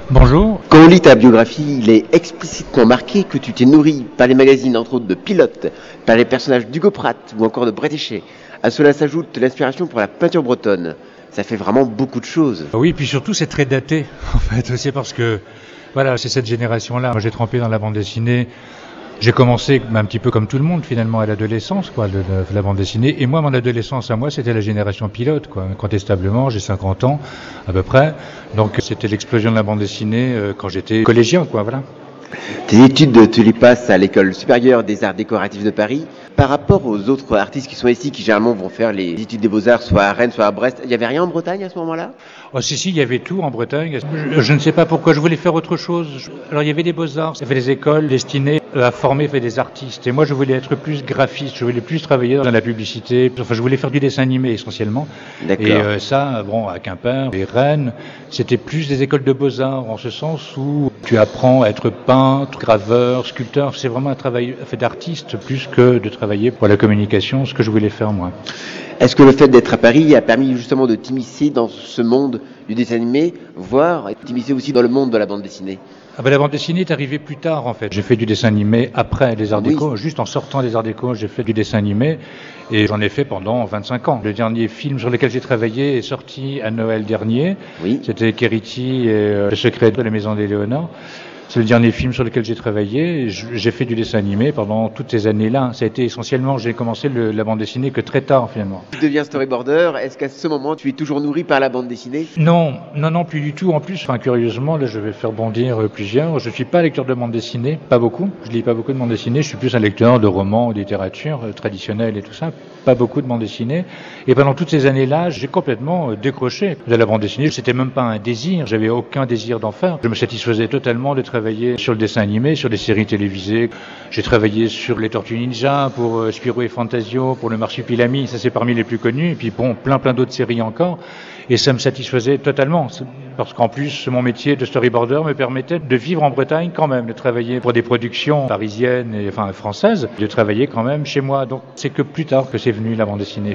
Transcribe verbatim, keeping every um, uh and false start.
Bonjour. Quand on lit ta biographie, il est explicitement marqué que tu t'es nourri par les magazines, entre autres de Pilote, par les personnages d'Hugo Pratt ou encore de Bretéché. À cela s'ajoute l'inspiration pour la peinture bretonne. Ça fait vraiment beaucoup de choses. Oui, puis surtout c'est très daté, en fait. C'est parce que, voilà, c'est cette génération-là. Moi j'ai trempé dans la bande dessinée. J'ai commencé un petit peu comme tout le monde finalement à l'adolescence, quoi, de, de la bande dessinée. Et moi, mon adolescence à moi, c'était la génération Pilote, quoi. Incontestablement, j'ai cinquante ans à peu près. Donc c'était l'explosion de la bande dessinée euh, quand j'étais collégien, quoi, voilà. Tes études, tu les passes à l'école supérieure des arts décoratifs de Paris. Par rapport aux autres artistes qui sont ici, qui généralement vont faire les études des beaux-arts, soit à Rennes, soit à Brest, il n'y avait rien en Bretagne à ce moment-là? Oh si, si, il y avait tout en Bretagne. Je, je ne sais pas pourquoi, je voulais faire autre chose. Alors il y avait des beaux-arts, il y avait des écoles destinées à former des artistes. Et moi je voulais être plus graphiste, je voulais plus travailler dans la publicité. Enfin je voulais faire du dessin animé essentiellement. D'accord. Et euh, ça, bon, à Quimper et Rennes, c'était plus des écoles de beaux-arts, en ce sens où tu apprends à être peintre, graveur, sculpteur. C'est vraiment un travail fait d'artiste plus que de travailler pour la communication, ce que je voulais faire moi. Est-ce que le fait d'être à Paris a permis justement de t'immiscer dans ce monde du dessin animé, voire t'immiscer aussi dans le monde de la bande dessinée? Ah ben, la bande dessinée est arrivée plus tard en fait. J'ai fait du dessin animé après les arts Oui. déco. Juste en sortant des arts déco, j'ai fait du dessin animé et j'en ai fait pendant vingt-cinq ans. Le dernier film sur lequel j'ai travaillé est sorti à Noël dernier. Oui. C'était Keriti et euh, Le secret de la maison d'Éléonore. C'est le dernier film sur lequel j'ai travaillé. J'ai fait du dessin animé pendant toutes ces années-là. Ça a été essentiellement, j'ai commencé le, la bande dessinée que très tard finalement. Tu deviens storyboarder. Est-ce qu'à ce moment, tu es toujours nourri par la bande dessinée? Non, non, non, plus du tout. En plus, enfin, curieusement, là, je vais faire bondir plusieurs. Je suis pas lecteur de bande dessinée, pas beaucoup. Je lis pas beaucoup de bande dessinée. Je suis plus un lecteur de romans, de littérature euh, traditionnelle et tout ça. Pas beaucoup de bande dessinée. Et pendant toutes ces années-là, j'ai complètement euh, décroché de la bande dessinée. C'était même pas un désir. J'avais aucun désir d'en faire. Je me satisfaisais totalement de travailler sur le dessin animé, sur des séries télévisées. J'ai travaillé sur les Tortues Ninja, pour euh, Spirou et Fantasio, pour le Marsupilami. Ça, c'est parmi les plus connus. Et puis bon, plein, plein d'autres séries encore. Et ça me satisfaisait totalement, parce qu'en plus, mon métier de storyboarder me permettait de vivre en Bretagne quand même, de travailler pour des productions parisiennes et enfin françaises, de travailler quand même chez moi. Donc c'est que plus tard que c'est venu la bande dessinée.